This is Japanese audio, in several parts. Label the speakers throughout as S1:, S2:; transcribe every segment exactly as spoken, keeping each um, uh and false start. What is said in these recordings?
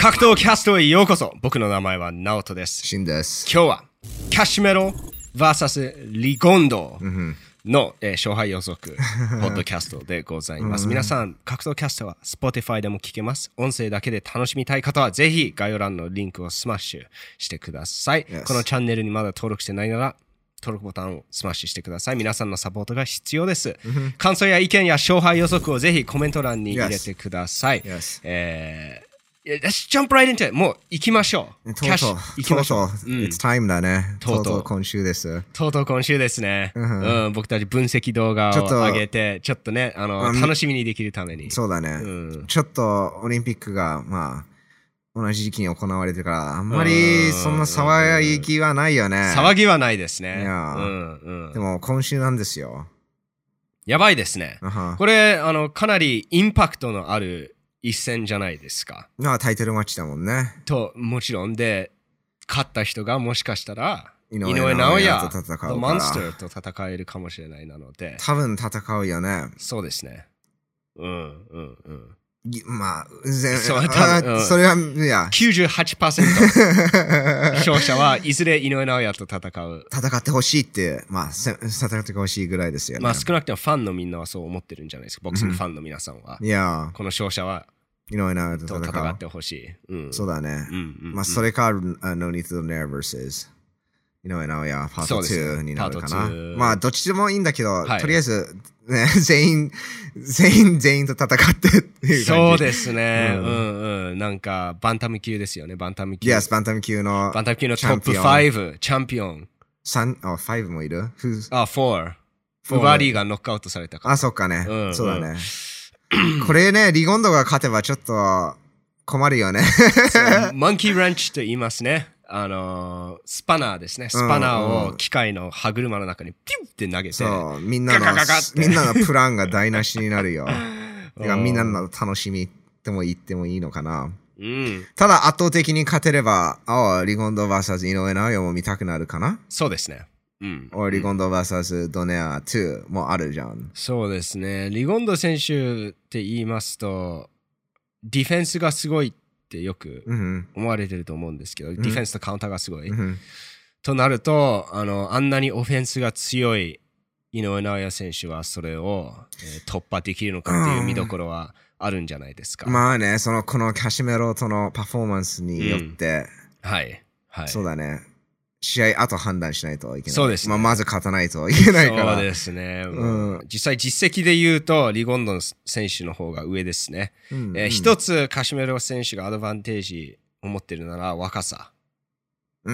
S1: 格闘キャストへようこそ。僕の名前はナオトです。
S2: シンです。
S1: 今日はキャシメロ ブイエス リゴンドの、えー、勝敗予測ポッドキャストでございます。皆さん、格闘キャストは Spotify でも聞けます。音声だけで楽しみたい方はぜひ概要欄のリンクをスマッシュしてください。
S2: Yes.
S1: このチャンネルにまだ登録してないなら登録ボタンをスマッシュしてください。皆さんのサポートが必要です。Mm-hmm. 感想や意見や勝敗予測をぜひコメント欄に入れてください。
S2: Yes. Yes.
S1: えー Let's jump right into it. もう行きましょう。
S2: とうとう、
S1: 行きましょう。
S2: とうとう、うん、It's time だね。
S1: とうとう、
S2: とうとう今週です。
S1: とうとう今週ですね。うんうん、僕たち分析動画を上げて、ちょっとね、あの、楽しみにできるために。
S2: そうだね。うん、ちょっとオリンピックが、まあ、同じ時期に行われてるから、あんまりそんな騒ぎはないよね。
S1: 騒ぎはないですね。
S2: いや、うんうん、でも今週なんですよ。
S1: やばいですね。これ、あの、かなりインパクトのある一戦じゃないですか。
S2: ああ、タイトルマッチだもんね。
S1: と、もちろんで、勝った人がもしかしたら、井上尚弥と戦うから、モンスターと戦えるかもしれないなので。
S2: 多分戦うよね。
S1: そうですね。うんうんうん。
S2: まあ、全
S1: そう、多分、うん、
S2: それは、いや。
S1: きゅうじゅうはちパーセント 勝者はいずれ井上尚弥と戦う。
S2: 戦ってほしいって、まあ、戦ってほしいぐらいですよね。
S1: まあ、少なくともファンのみんなはそう思ってるんじゃないですか。ボクシングファンの皆さんは。
S2: いや、
S1: この勝者は、
S2: 井上尚弥と
S1: 戦ってほしい、うん。
S2: そうだね。うんうんうん、まあ、それか、No Need to Know versus 井上尚弥パートにになるかな。まあ、どっちでもいいんだけど、はい、とりあえず、ね、全員、全員、全員と戦ってっていう感じ。
S1: そうですね。うん、うんうん。なんか、バンタム級ですよね、バンタム級。
S2: Yes、バンタム級の。
S1: バンタム級のトップファイブ、チャンピオン。
S2: 三、あ、ファイブもいる？
S1: あ、フォー。ウバリーがノックアウトされたから。
S2: あ、そっかね。うん、そうだね。これね、リゴンドが勝てばちょっと困るよね。
S1: モンキーランチと言いますね。あのー、スパナーですね。スパナーを機械の歯車の中にピュッて投げて。
S2: そう、みんなの、みんなのプランが台無しになるよ。てかみんなの楽しみとも言ってもいいのかな。うん、ただ圧倒的に勝てれば、ああ、リゴンド ブイエス 井上尚弥も見たくなるかな。
S1: そうですね。うん、
S2: おリゴンド ブイエス ドネアにもあるじゃん。
S1: そうですね。リゴンド選手って言いますと、ディフェンスがすごいってよく思われてると思うんですけど、うん、ディフェンスとカウンターがすごい。うん、となるとあの、あんなにオフェンスが強い井上尚弥選手はそれを、えー、突破できるのかっていう見どころはあるんじゃないですか。
S2: うん、まあね、そのこのキャシメロとのパフォーマンスによって、
S1: うん、はい、はい、
S2: そうだね。試合後判断しないといけない。
S1: そうですね。
S2: まあ、まず勝たないといけないから。
S1: そうですね。うん、実際実績で言うと、リゴンドン選手の方が上ですね。うんえー、一つ、カシメロ選手がアドバンテージを持ってるなら若さ。
S2: うん。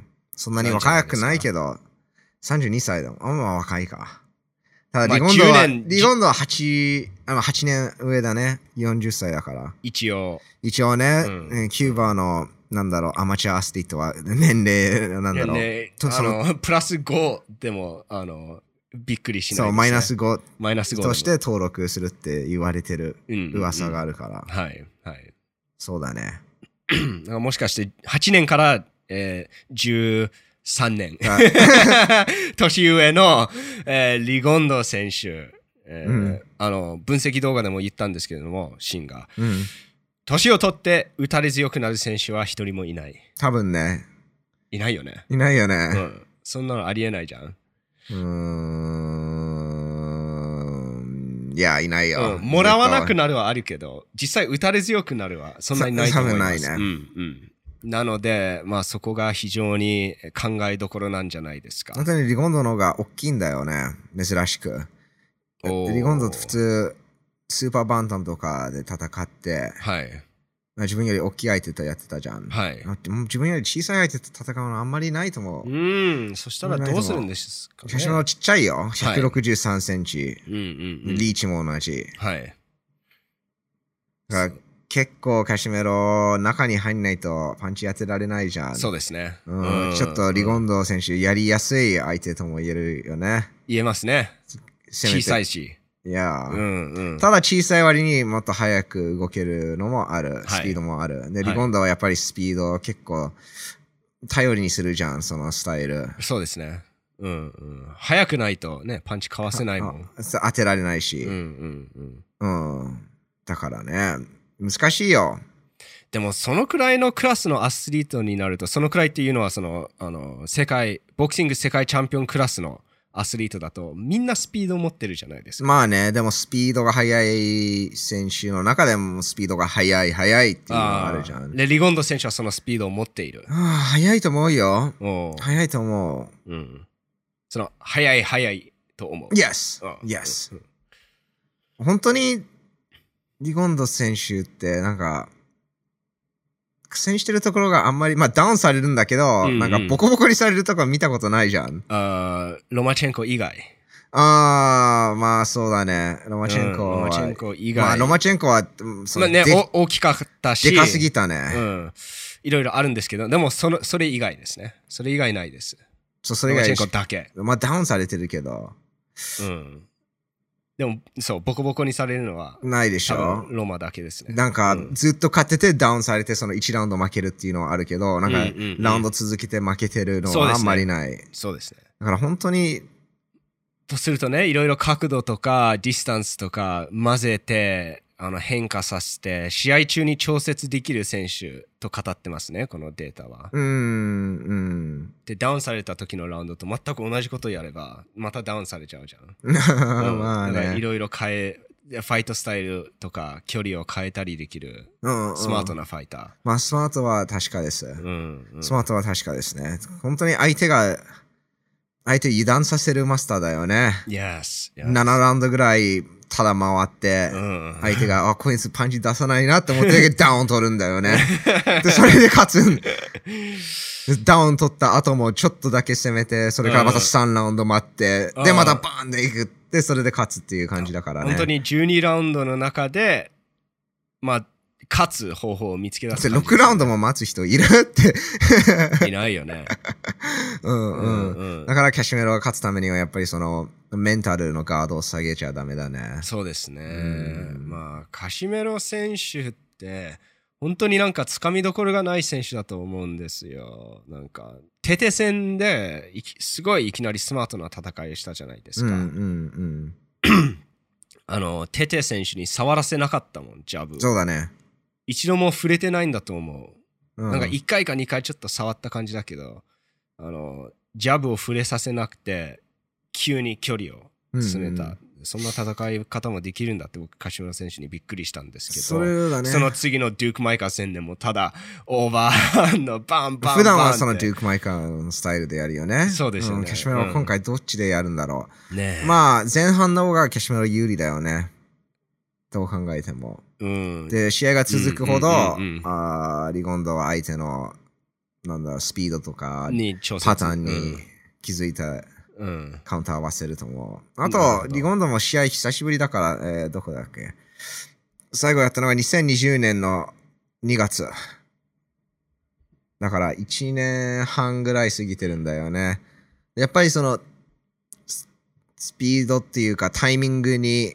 S2: そんなに若くないけど、さんじゅうにさいだもん。あんま若いか。ただリゴンドは、まあ、リゴンドははち、あのはちねん上だね。よんじゅっさいだから。
S1: 一応。
S2: 一応ね、うん、キューバの、なんだろう、アマチュアアスリートは年齢、なんだろう。
S1: 年齢あの、プラスごでも、あの、びっくりしないですね。
S2: そう、マイナスご。
S1: マイナスご。
S2: として登録するって言われてる噂があるから。
S1: うんうんうん、はい、はい。
S2: そうだね。
S1: もしかして、はちねんから、えー、じゅうさんねん。年上の、えー、リゴンド選手、えーうん、あの、分析動画でも言ったんですけれども、シンが。うん年を取って打たれ強くなる選手は一人もいない。
S2: 多分ね。
S1: いないよね。
S2: いないよね。
S1: うん。そんなのありえないじゃん。う
S2: ーん。いや、いないよ、
S1: うん。もらわなくなるはあるけど、実際打たれ強くなるはそんなにないと思います。
S2: 多分ないね。
S1: うんうん。なので、まあそこが非常に考えどころなんじゃないですか。
S2: 本当にリゴンドの方が大きいんだよね。珍しく。リゴンドって普通、スーパーバンタムとかで戦って、はい、自分より大きい相手とやってたじゃん。はい、自分より小さい相手と戦うのあんまりないと思う。
S1: うん、そしたらどうするんですかね。
S2: キャシメロちっちゃいよ。ひゃくろくじゅうさんセンチ。はい、リーチも同じ。はい、だから結構キャシメロ中に入んないとパンチ当てられないじゃん。
S1: そうですね。
S2: うん、ちょっとリゴンド選手やりやすい相手とも言えるよね。
S1: 言えますね。小さいし。
S2: いや、うんうん、ただ小さい割にもっと早く動けるのもある、スピードもある。はい、で、リゴンドはやっぱりスピードを結構頼りにするじゃん、そのスタイル。
S1: そうですね。うんうん。速くないとね、パンチかわせないもん。
S2: 当てられないし。うんうんうん。うん。だからね、難しいよ。
S1: でもそのくらいのクラスのアスリートになると、そのくらいっていうのはそのあの世界ボクシング世界チャンピオンクラスのアスリートだとみんなスピードを持ってるじゃないですか。
S2: まあね、でもスピードが速い選手の中でもスピードが速い速いっていうのがあるじゃん。
S1: でリゴンド選手はそのスピードを持っている。
S2: ああ、速いと思うよ。速いと思
S1: う。うん。その速い速いと思う。
S2: Yes, yes、うん。本当にリゴンド選手ってなんか苦戦してるところがあんまり、まあダウンされるんだけど、うんうん、なんかボコボコにされるところ見たことないじゃん。
S1: あロマチェンコ以外。
S2: ああ、まあそうだね。ロマチェンコは。
S1: うん、ロマチェンコ以外。
S2: まあロマチェンコは、
S1: そのまあね、大きかったし。
S2: でかすぎたね。
S1: うん。いろいろあるんですけど、でもそのそれ以外ですね。それ以外ないです。
S2: そう、それ以外。
S1: ロマチェンコだけ。
S2: まあダウンされてるけど。
S1: うん。でも、そう、ボコボコにされるのは、
S2: ないでしょ。
S1: ローマだけですね。
S2: なんか、うん、ずっと勝っててダウンされて、そのいちラウンド負けるっていうのはあるけど、なんか、ラウンド続けて負けてるのはあんまりない。
S1: そうですね。
S2: だから本当に、
S1: とするとね、いろいろ角度とか、ディスタンスとか混ぜて、あの変化させて、試合中に調節できる選手と語ってますね、このデータは。
S2: うん、うん。
S1: で、ダウンされた時のラウンドと全く同じことをやれば、またダウンされちゃうじゃん。
S2: まあね。
S1: いろいろ変え、ファイトスタイルとか距離を変えたりできる、うんうん、スマートなファイター。
S2: まあ、スマートは確かです。
S1: うんうん、
S2: スマートは確かですね。本当に相手が、相手油断させるマスターだよね。
S1: Yes, yes.
S2: ななラウンドぐらい、ただ回って、相手が、あ、こいつパンチ出さないなって思ってダウン取るんだよね。で、それで勝つん。ダウン取った後もちょっとだけ攻めて、それからまたさんラウンド待って、で、またバーンでいくって、それで勝つっていう感じだからね。
S1: 本当にじゅうにラウンドの中で、まあ、勝つ方法を見つけ出す、ね。
S2: ろくラウンドも待つ人いるって
S1: いないよね。
S2: うんうん。うん、だからキャシメロが勝つためにはやっぱりそのメンタルのガードを下げちゃダメだね。
S1: そうですね。うん、まあカシメロ選手って本当になんかつかみどころがない選手だと思うんですよ。なんかテテ戦ですごいいきなりスマートな戦いをしたじゃないですか。うんうんうん、あのテテ選手に触らせなかったもん、ジャブ。
S2: そうだね。
S1: 一度も触れてないんだと思う。うん、なんかいっかいかにかいちょっと触った感じだけど、あのジャブを触れさせなくて急に距離を進めた、うんうん、そんな戦い方もできるんだって僕柏村選手にびっくりしたんですけど、
S2: それだね、
S1: その次のデューク・マイカー戦でもただオーバーのバンバンバンって
S2: 普段はそのデューク・マイカーのスタイルでやるよね。
S1: そうですよね。
S2: キャシメロは今回どっちでやるんだろう、
S1: うんね、
S2: まあ前半の方がキャシメロ有利だよね、どう考えても、うん、で試合が続くほど、あリゴンドは相手のなんだスピードとかパターンに気づいて、うん、カウンター合わせると思う。あとリゴンドも試合久しぶりだから、えー、どこだっけ、最後やったのがにせんにじゅうねんのにがつだからいちねんはんぐらい過ぎてるんだよね。やっぱりそのスピードっていうかタイミングに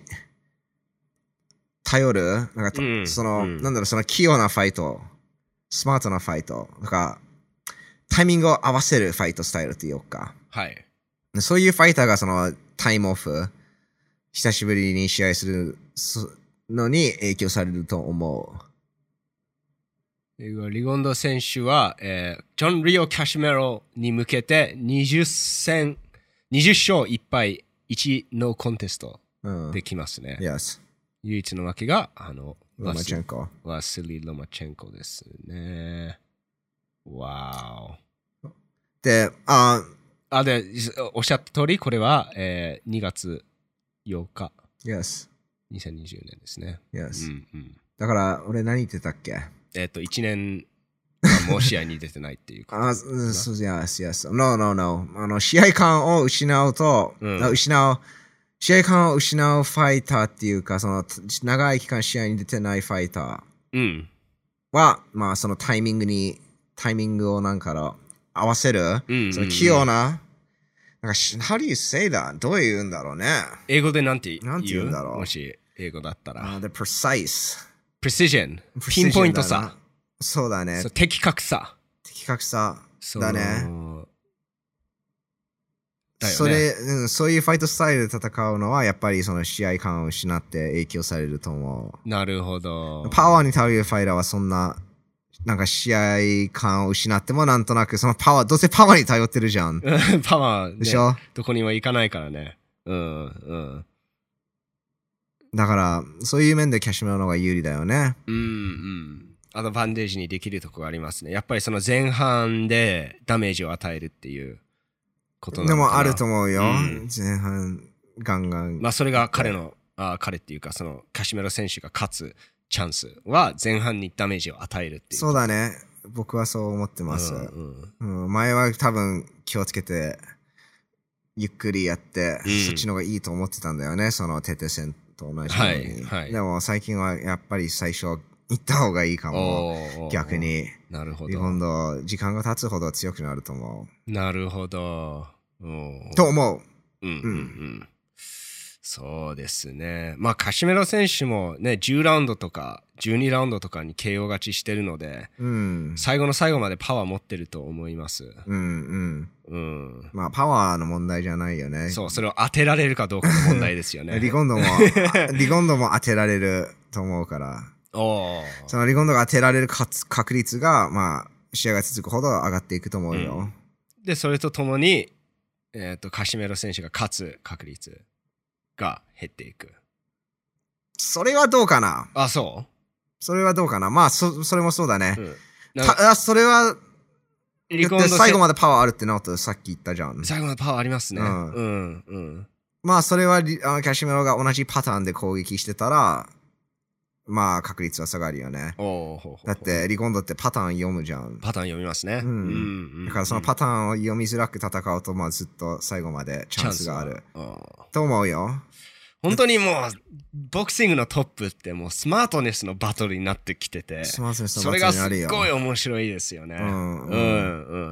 S2: 頼る、なんか、うん、その、うん、なんだろう、その器用なファイト、スマートなファイト、なんか、タイミングを合わせるファイトスタイルっていうか、
S1: はい。
S2: そういうファイターがそのタイムオフ、久しぶりに試合するのに影響されると思
S1: う。リゴンド選手は、えー、ジョン・リオ・キャシメロに向けてにじゅっせん、にじゅっしょういっぱいいちノーコンテストできますね。
S2: うん、yes。
S1: 唯一の負けが、あの、
S2: ロマチェンコ。
S1: ワスリー・ロマチェンコですね。わー。
S2: で、あ
S1: あ、で、おっしゃった通り、これは、えー、にがつようか。
S2: Yes。
S1: にせんにじゅうねんですね。
S2: Yes。うんうん、だから、俺何言ってたっけ？
S1: えっと、いちねん、もう試合に出てないっていう
S2: あ、そう、Yes、Yes。No, no, no。あの、試合感を失うと、うん、失う、試合感を失うファイターっていうか、その長い期間試合に出てないファイターは、うん、まあそのタイミングに、タイミングをなんか合わせる、うんうんうん、その器用な、なんか、how do you say that? どう言うんだろうね。
S1: 英語でなんて言う？
S2: なんて言うんだろう。
S1: もし英語だったら。
S2: Uh, the precise.
S1: Precision. ピンポイントさ。
S2: そうだね。
S1: 的確さ。
S2: 的確さだね。
S1: だよね、
S2: それ、うん、そういうファイトスタイルで戦うのはやっぱりその試合感を失って影響されると思う。
S1: なるほど。
S2: パワーに頼るファイターはそんななんか試合感を失ってもなんとなくそのパワー、どうせパワーに頼ってるじゃん。
S1: パワー、ね、
S2: でしょ？
S1: どこにも行かないからね。うんうん。
S2: だからそういう面でキャシメロの方が有利だよね。
S1: うんうん。アドバンテージにできるところがありますね。やっぱりその前半でダメージを与えるっていうことなのかな。
S2: でもあると思うよ。うん、前半ガンガン。
S1: まあそれが彼のあ彼っていうかそのキャシメロ選手が勝つチャンスは前半にダメージを与えるっていう。
S2: そうだね。僕はそう思ってます。うんうんうん、前は多分気をつけてゆっくりやって、うん、そっちの方がいいと思ってたんだよね。そのテテ戦と同じように、はいはい。でも最近はやっぱり最初行った方がいいかも。逆に。なるほど。今度時間が経つほど強くなると思
S1: う。なるほど。
S2: と思う。
S1: うんうんうん。そうですね。まあカシメロ選手もねじゅうラウンドとかじゅうにラウンドとかに ケーオー 勝ちしてるので、うん、最後の最後までパワー持ってると思います。
S2: うんうんうん。まあパワーの問題じゃないよね。
S1: そう、それを当てられるかどうかの問題ですよね。
S2: リゴンドもリゴンドも当てられると思うから。おそのリゴンドが当てられる確率がまあ試合が続くほど上がっていくと思うよ。
S1: うん、でそれとともに、えーと、カシメロ選手が勝つ確率が減っていく。
S2: それはどうかな。
S1: あ、そう
S2: それはどうかな。まあ そ, それもそうだね。うん、たそれはリコンド最後までパワーあるってなとさっき言ったじゃん。
S1: 最後までパワーありますね。うんうん
S2: うん。まあそれはあキャシメロが同じパターンで攻撃してたらまあ確率は下がるよね。おほほだってリコンドってパターン読むじゃん。
S1: パターン読みますね。うん。うんうん、
S2: だからそのパターンを読みづらく戦うとまあずっと最後までチャンスがあると思うよ。
S1: 本当にもうボクシングのトップってもうスマートネスのバトルになってきてて、それがすっごい面白いですよね。うんうんうん。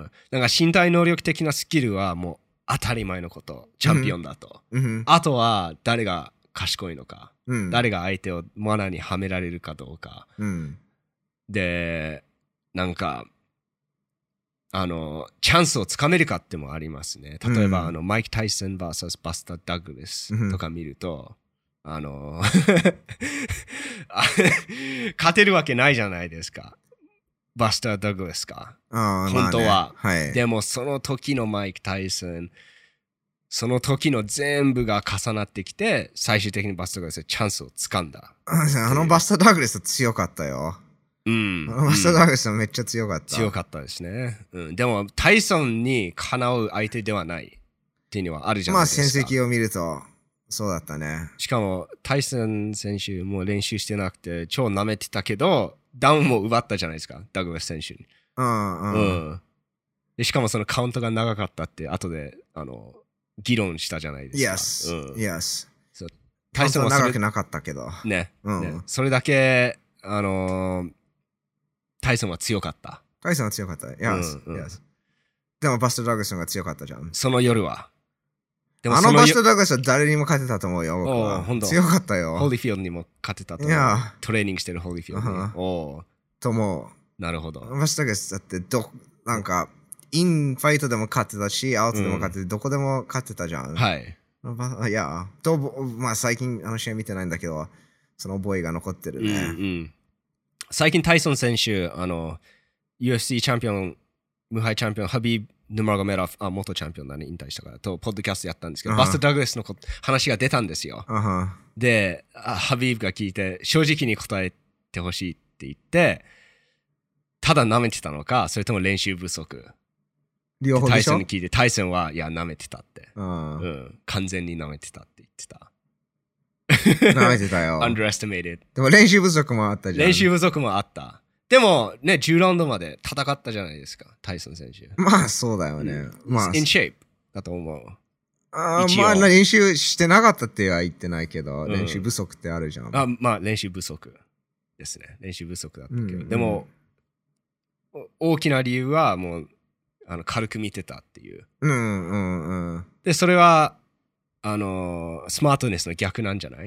S1: なんか身体能力的なスキルはもう当たり前のこと、チャンピオンだと。うん、あとは誰が賢いのか、うん、誰が相手を罠にはめられるかどうか、うん、でなんかあのチャンスをつかめるかってもありますね。例えば、うん、あのマイク・タイソン ブイエス バスター・ダグラスとか見ると、うん、あの勝てるわけないじゃないですか、バスター・ダグラスか本当は、まあね、はい、でもその時のマイク・タイソン、その時の全部が重なってきて最終的にバスター・ダグラスでチャンスをつかんだ。
S2: あのバスター・ダグラス強かったよ。うん、あのバスター・ダグラスめっちゃ強かった。
S1: 強かったですね。うん、でもタイソンにかなう相手ではないっていうのはあるじゃないですか。
S2: まあ戦績を見るとそうだったね。
S1: しかもタイソン選手も練習してなくて超舐めてたけどダウンも奪ったじゃないですか、ダグラス選手に。うんうん。うん、でしかもそのカウントが長かったって後であの議論したじゃないですか。
S2: Yes、うん、Yes。そう。タイソンは長くなかったけど。
S1: ね。うん、ね、それだけあのー、タイソンは強かった。
S2: タイソンは強かった。Yes、うんうん、Yes。でもバスター・ダグラスが強かったじゃん。
S1: その夜は。
S2: でもあのバスター・ダグラスは誰にも勝てたと思うよ。僕は強かったよ。
S1: ホーリーフィールドにも勝てたと思う。トレーニングしてるホーリーフィールドに。uh-huh. お
S2: と思う。
S1: なるほど。
S2: バスター・ダグラスだってど、なんか、インファイトでも勝ってたし、アウトでも勝ってて、うん、どこでも勝ってたじゃん。はい。いや、と、まあ最近あの試合見てないんだけど、その覚えが残ってるね。うんうん、
S1: 最近タイソン選手、あの、ユーエフシー チャンピオン、無敗チャンピオン、ハビー・ヌマガメラフ、あ、元チャンピオンだね、引退したから、と、ポッドキャストやったんですけど、uh-huh. バスター・ダグラスの話が出たんですよ。Uh-huh. で、ハビーブが聞いて、正直に答えてほしいって言って、ただ舐めてたのか、それとも練習不足。
S2: 両方でしょ？
S1: タイソンに聞いて、タイソンは、いや、舐めてたって。うん。完全に舐めてたって言ってた。
S2: 舐めてたよ。
S1: underestimated。
S2: でも練習不足もあったじゃん。
S1: 練習不足もあった。でもね、じゅうラウンドまで戦ったじゃないですか、タイソン選手。
S2: まあそうだよね。うん、まあ。
S1: in shape だと思う。
S2: あまあ練習してなかったっては言ってないけど、うん、練習不足ってあるじゃん。
S1: あまあ練習不足ですね。練習不足だったけど。うんうん、でも、大きな理由はもう、あの軽く見てたっていう。うんうんうん。で、それは、あの、スマートネスの逆なんじゃない？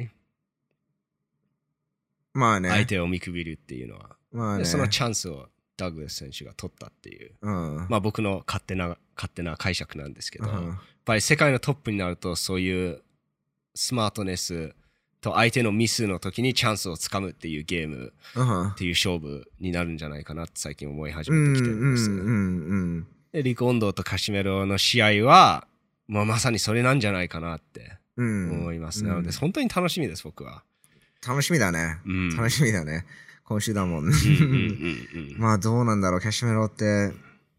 S2: まあね。
S1: 相手を見くびるっていうのは。まあね。そのチャンスをダグラス選手が取ったっていう。うん、まあ僕の勝手な、勝手な解釈なんですけど、うん、やっぱり世界のトップになるとそういうスマートネスと相手のミスの時にチャンスをつかむっていうゲームっていう勝負になるんじゃないかなって最近思い始めてきてるんです。でリコンドとカシメロの試合は、まあ、まさにそれなんじゃないかなって思います、うん、なので本当に楽しみです僕は。
S2: 楽しみだね、うん、楽しみだね今週だもん。まあどうなんだろう、カシメロって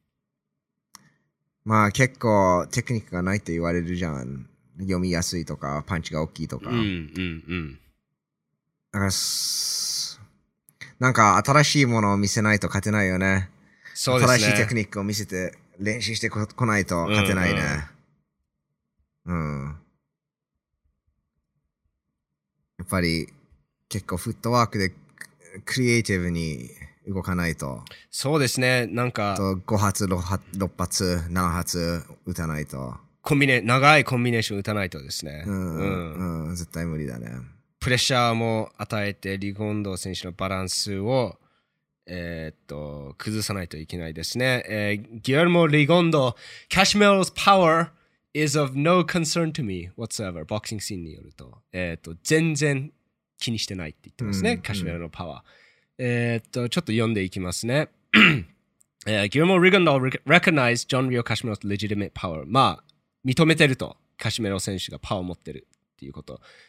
S2: まあ結構テクニックがないって言われるじゃん。読みやすいとかパンチが大きいとか、うんうんうん、だからなんか新しいものを見せないと勝てないよね。そうですね、新しいテクニックを見せて練習してこないと勝てないね。うん、うん、やっぱり結構フットワークでクリエイティブに動かないと。
S1: そうですね、なんか
S2: とご発ろっ発なな発打たないと、
S1: コンビネ長いコンビネーション打たないとですね、
S2: うんうんうん、絶対無理だね。
S1: プレッシャーも与えてリゴンド選手のバランスを、えー、っと崩さないといけないですね。えー、ギアルモ・リゴンド Cashmero's power is of no concern to me whatsoever ボクシングシーンによると、えー、っと全然気にしてないって言ってますね、うん、カシメロのパワー。えー、っとちょっと読んでいきますね。uh, Guillermo Rigondeaux recognized John Ryo Cashmero's legitimate power. まあ認めてると、カシメロ選手がパワーを持ってるっていうこと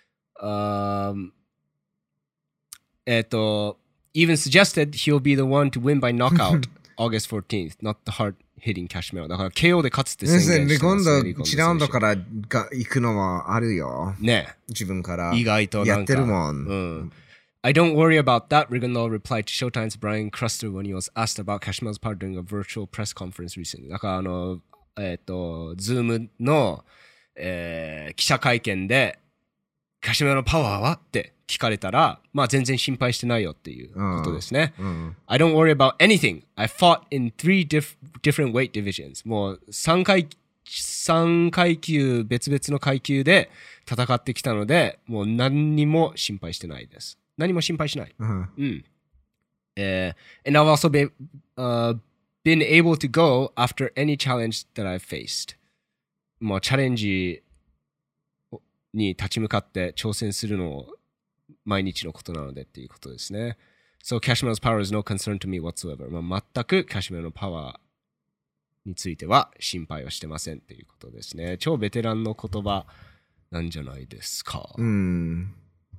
S1: 。Um, えっと、even suggested he'll be the one to win by knockout August fourteenth, not the hard-hitting Cashmero. だから ケーオー で勝つって宣言してますね。
S2: リゴンドいちラウンドからが行くのはあるよ。ね。自分から
S1: 意外と
S2: やってるもん。
S1: うん。I don't worry about that, Rigondeaux replied to Showtime's Brian Cruster when he was asked about Cashmero's power during a virtual press conference recently. だからあの、えっと、ズームの、えー、記者会見で、カシメロのパワーはって聞かれたら、まあ全然心配してないよっていうことですね。うんうん、I don't worry about anything. I fought in three diff- different weight divisions. もう3階、3階級、別々の階級で戦ってきたので、もう何にも心配してないです。何も心配しない。うん。うん、えー、and I've also been,、uh, been able to go after any challenge that I've faced. もうチャレンジに立ち向かって挑戦するのを毎日のことなのでっていうことですね。So Cashmero's power is no concern to me whatsoever. まあ、全くカシメロのパワーについては心配はしてませんっていうことですね。超ベテランの言葉なんじゃないですか。うん。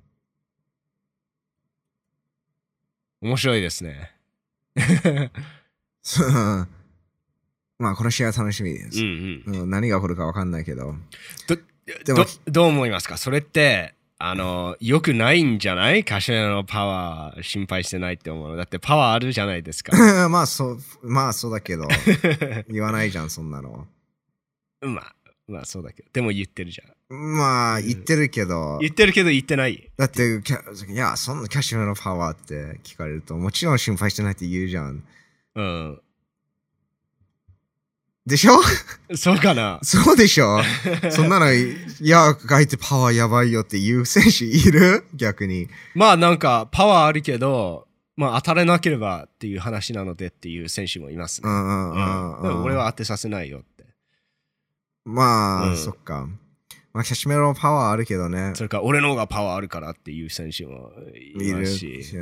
S1: 面白いですね。
S2: まあこの試合は楽しみです、うんうんうん、何が起こるか分かんないけど
S1: どでも ど, どう思いますか？それってあのよくないんじゃない？カシメロのパワー心配してないって思うのだってパワーあるじゃないですか。
S2: まあそうまあそうだけど言わないじゃんそんなの。
S1: まあまあそうだけどでも言ってるじゃ
S2: ん。まあ言ってるけど、
S1: うん、言ってるけど言ってない。
S2: だっていやそんなカシメロのパワーって聞かれるともちろん心配してないって言うじゃん。うんでしょ？
S1: そうかな？
S2: そうでしょ？そんなの、いや、書いてパワーやばいよっていう選手いる？逆に。
S1: まあなんか、パワーあるけど、まあ当たれなければっていう話なのでっていう選手もいますね。うんうんうんうん、俺は当てさせないよって。
S2: まあ、うん、そっか。まあ、キャシメロのパワーあるけどね。
S1: それから、俺の方がパワーあるからっていう選手もいますし。うん、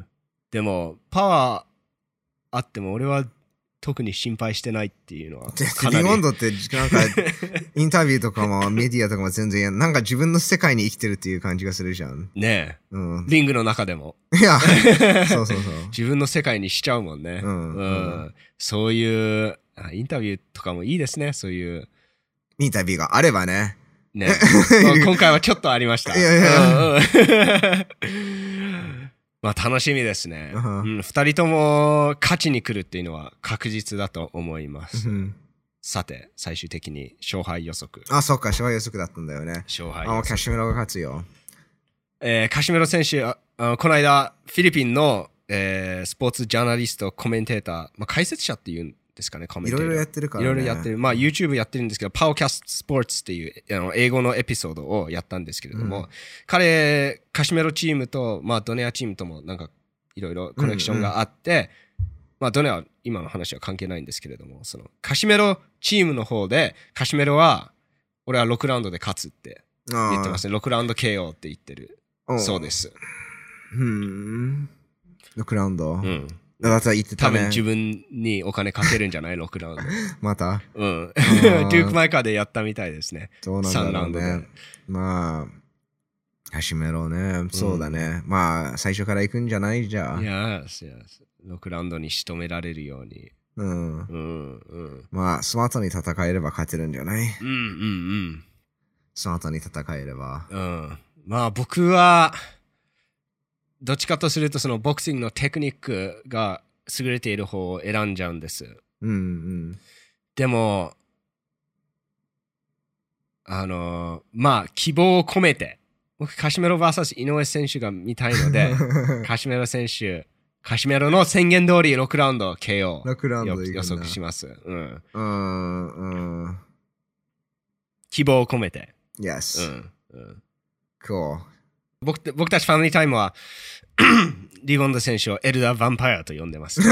S1: でも、パワーあっても俺は、特に心配してないっていうのはかなり。
S2: リゴンドってなんかインタビューとかもメディアとかも全然なんか自分の世界に生きてるっていう感じがするじゃん。
S1: ねえ、うん、リングの中でも。
S2: いやそうそうそう
S1: 自分の世界にしちゃうもんね、うんうん、そういうインタビューとかもいいですね。そういう
S2: インタビューがあればね。
S1: ね今回はちょっとありました。いやいやまあ楽しみですね、uh-huh. うん、ふたりとも勝ちに来るっていうのは確実だと思います、uh-huh. さて最終的に勝敗予測。
S2: あ、そうか、勝敗予測だったんだよね。勝敗予測。あ、カシメロが勝つよ。
S1: えー、カシメロ選手、ああこの間フィリピンの、えー、スポーツジャーナリストコメンテーター、まあ、解説者っていうんですかね、コメンテーター。
S2: いろいろやってるからね。
S1: いろいろやってる。まあ YouTube やってるんですけど、パワーキャストスポーツっていうあの英語のエピソードをやったんですけれども、うん、彼、カシメロチームと、まあ、ドネアチームともなんかいろいろコネクションがあって、うんうん、まあドネアは今の話は関係ないんですけれども、そのカシメロチームの方で、カシメロは、俺はろくラウンドで勝つって言ってますね。ろくラウンド ケーオー って言ってる。 そうです。
S2: うん。ろくラウンド。
S1: うん。
S2: だから言ってたね。
S1: 多分自分にお金かけるんじゃないろくラウンド。
S2: また
S1: うん。デュークマイカーでやったみたいですね。
S2: そうなんだろうね。さんラウンドで。まあ、ハシメロね。そうだね。うん、まあ、最初から行くんじゃないじゃん。
S1: いや、ろくラウンドに仕留められるように。うん。うん。うん。
S2: まあ、スマートに戦えれば勝てるんじゃない？
S1: うんうんうん。
S2: スマートに戦えれば。
S1: うん。まあ、僕は、どっちかとするとそのボクシングのテクニックが優れている方を選んじゃうんです。
S2: うんうん、
S1: でもあのまあ希望を込めて僕カシメロ ブイエス 井上選手が見たいのでカシメロ選手カシメロの宣言通りろくラウンド ケーオー 予測します。うん。
S2: うんうん。
S1: 希望を込めて。
S2: Yes。うんうん。Cool。
S1: 僕, 僕たちファミリータイムはリボンド選手をエルダー・ヴァンパイアと呼んでます、
S2: うん、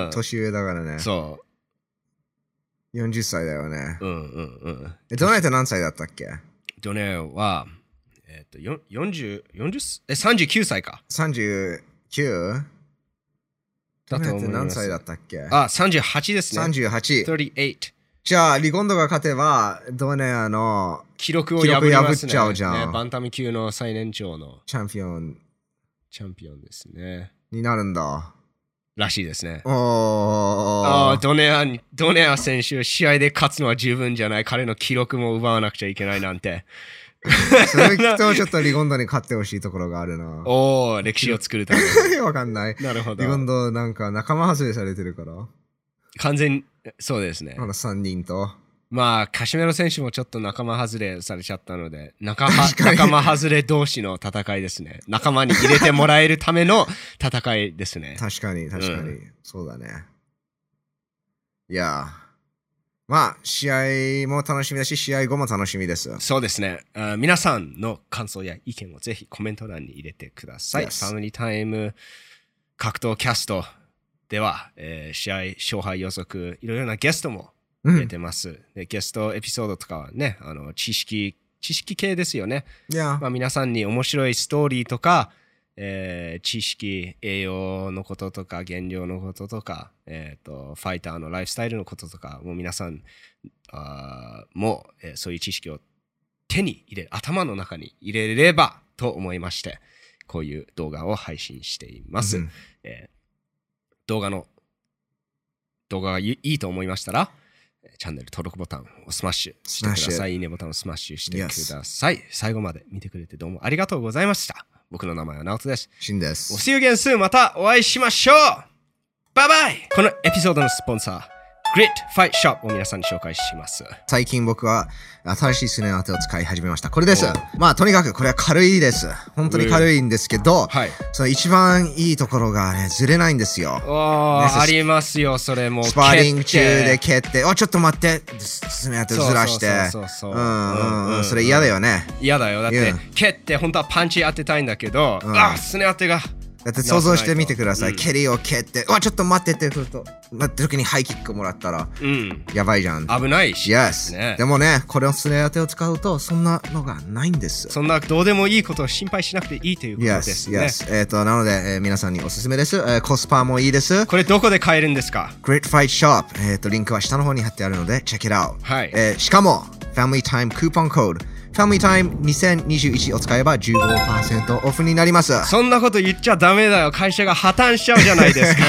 S2: 年上だからね。
S1: そう
S2: よんじゅっさいだよね。
S1: うんうんうん。
S2: えドネーって何歳だったっけ？
S1: ドネーは、えっと、よんじゅう、よんじゅう、え、さんじゅうきゅうさいか。
S2: さんじゅうきゅう？ ドネーって何歳だったっけ？
S1: あ、さんじゅうはちですね。
S2: さんじゅうはち。
S1: さんじゅうはち。
S2: じゃあ、リゴンドが勝てば、ドネアの
S1: 記録を破りますね。
S2: 破っちゃうじゃん。
S1: ね、バンタム級の最年長の
S2: チャンピオン。
S1: チャンピオンですね。
S2: になるんだ。
S1: らしいですね。
S2: お
S1: あドネアに、ドネア選手、試合で勝つのは十分じゃない。彼の記録も奪わなくちゃいけないなんて。
S2: それ聞くとちょっとリゴンドに勝ってほしいところがあるな。
S1: おお、歴史を作るために。
S2: わかんない。
S1: なるほど。
S2: リゴンドなんか仲間外れされてるから。
S1: 完全に、そうですね。
S2: あのさんにんと。
S1: まあ、カシメロ選手もちょっと仲間外れされちゃったので、仲間、仲間外れ同士の戦いですね。仲間に入れてもらえるための戦いですね。
S2: 確かに、確かに。うん、そうだね。いやまあ、試合も楽しみだし、試合後も楽しみです。
S1: そうですね。あ皆さんの感想や意見をぜひコメント欄に入れてください。Yes. ファミリータイム格闘キャストでは、えー、試合勝敗予測、いろいろなゲストも入れてます、うんで。ゲストエピソードとかはね、あの知識、知識系ですよね。
S2: Yeah.
S1: まあ、皆さんに面白いストーリーとか、えー、知識、栄養のこととか、減量のこととか、えーと、ファイターのライフスタイルのこととか、もう皆さんあも、えー、そういう知識を手に入れる、頭の中に入れればと思いまして、こういう動画を配信しています。うんえー、動画の、動画がいいと思いましたら、チャンネル登録ボタンをスマッシュしてください。いいねボタンをスマッシュしてください。Yes. 最後まで見てくれてどうもありがとうございました。僕の名前はナオトです。
S2: シンです。
S1: See you again soon。またお会いしましょう。バイバイ。このエピソードのスポンサー、Grit Fight Shop を皆さんに紹介します。
S2: 最近僕は新しいスネア当てを使い始めました。これです。まあとにかくこれは軽いです。本当に軽いんですけど、はい、その一番いいところがね、ずれないんですよ。
S1: おー、ありますよ、それも。
S2: スパーリング中で蹴って、お、ちょっと待って、スネア当てずらして。
S1: そうそうそうそう。
S2: うんうん、それ嫌だよね。
S1: 嫌だよ。だって、蹴って本当はパンチ当てたいんだけど、うん、あ、スネア当てが。
S2: だって想像してみてください。うん、蹴りを蹴って、うわ、ちょっと待ってってくると、待ってる時にハイキックもらったら、うん、やばいじゃん。
S1: 危ないし。
S2: Yes、ね。でもね、これをスネア当てを使うと、そんなのがないんです。
S1: そんなどうでもいいことを心配しなくていいということですね。
S2: Yes、yes。えっと、なので、えー、皆さんにおすすめです、えー。コスパもいいです。
S1: これどこで買えるんですか？
S2: Grit Fight Shop。えっと、リンクは下の方に貼ってあるので、check it out。はい。えー、しかも、Family Time クーポンコード。ファミリータイムにせんにじゅういちを使えば じゅうごパーセント オフになります。
S1: そんなこと言っちゃダメだよ。会社が破綻しちゃうじゃないですか。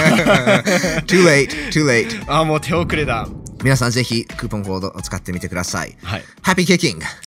S2: too late, too late。
S1: あ、もう手遅れだ。
S2: 皆さんぜひクーポンコードを使ってみてください。
S1: はい。
S2: Happy Kicking!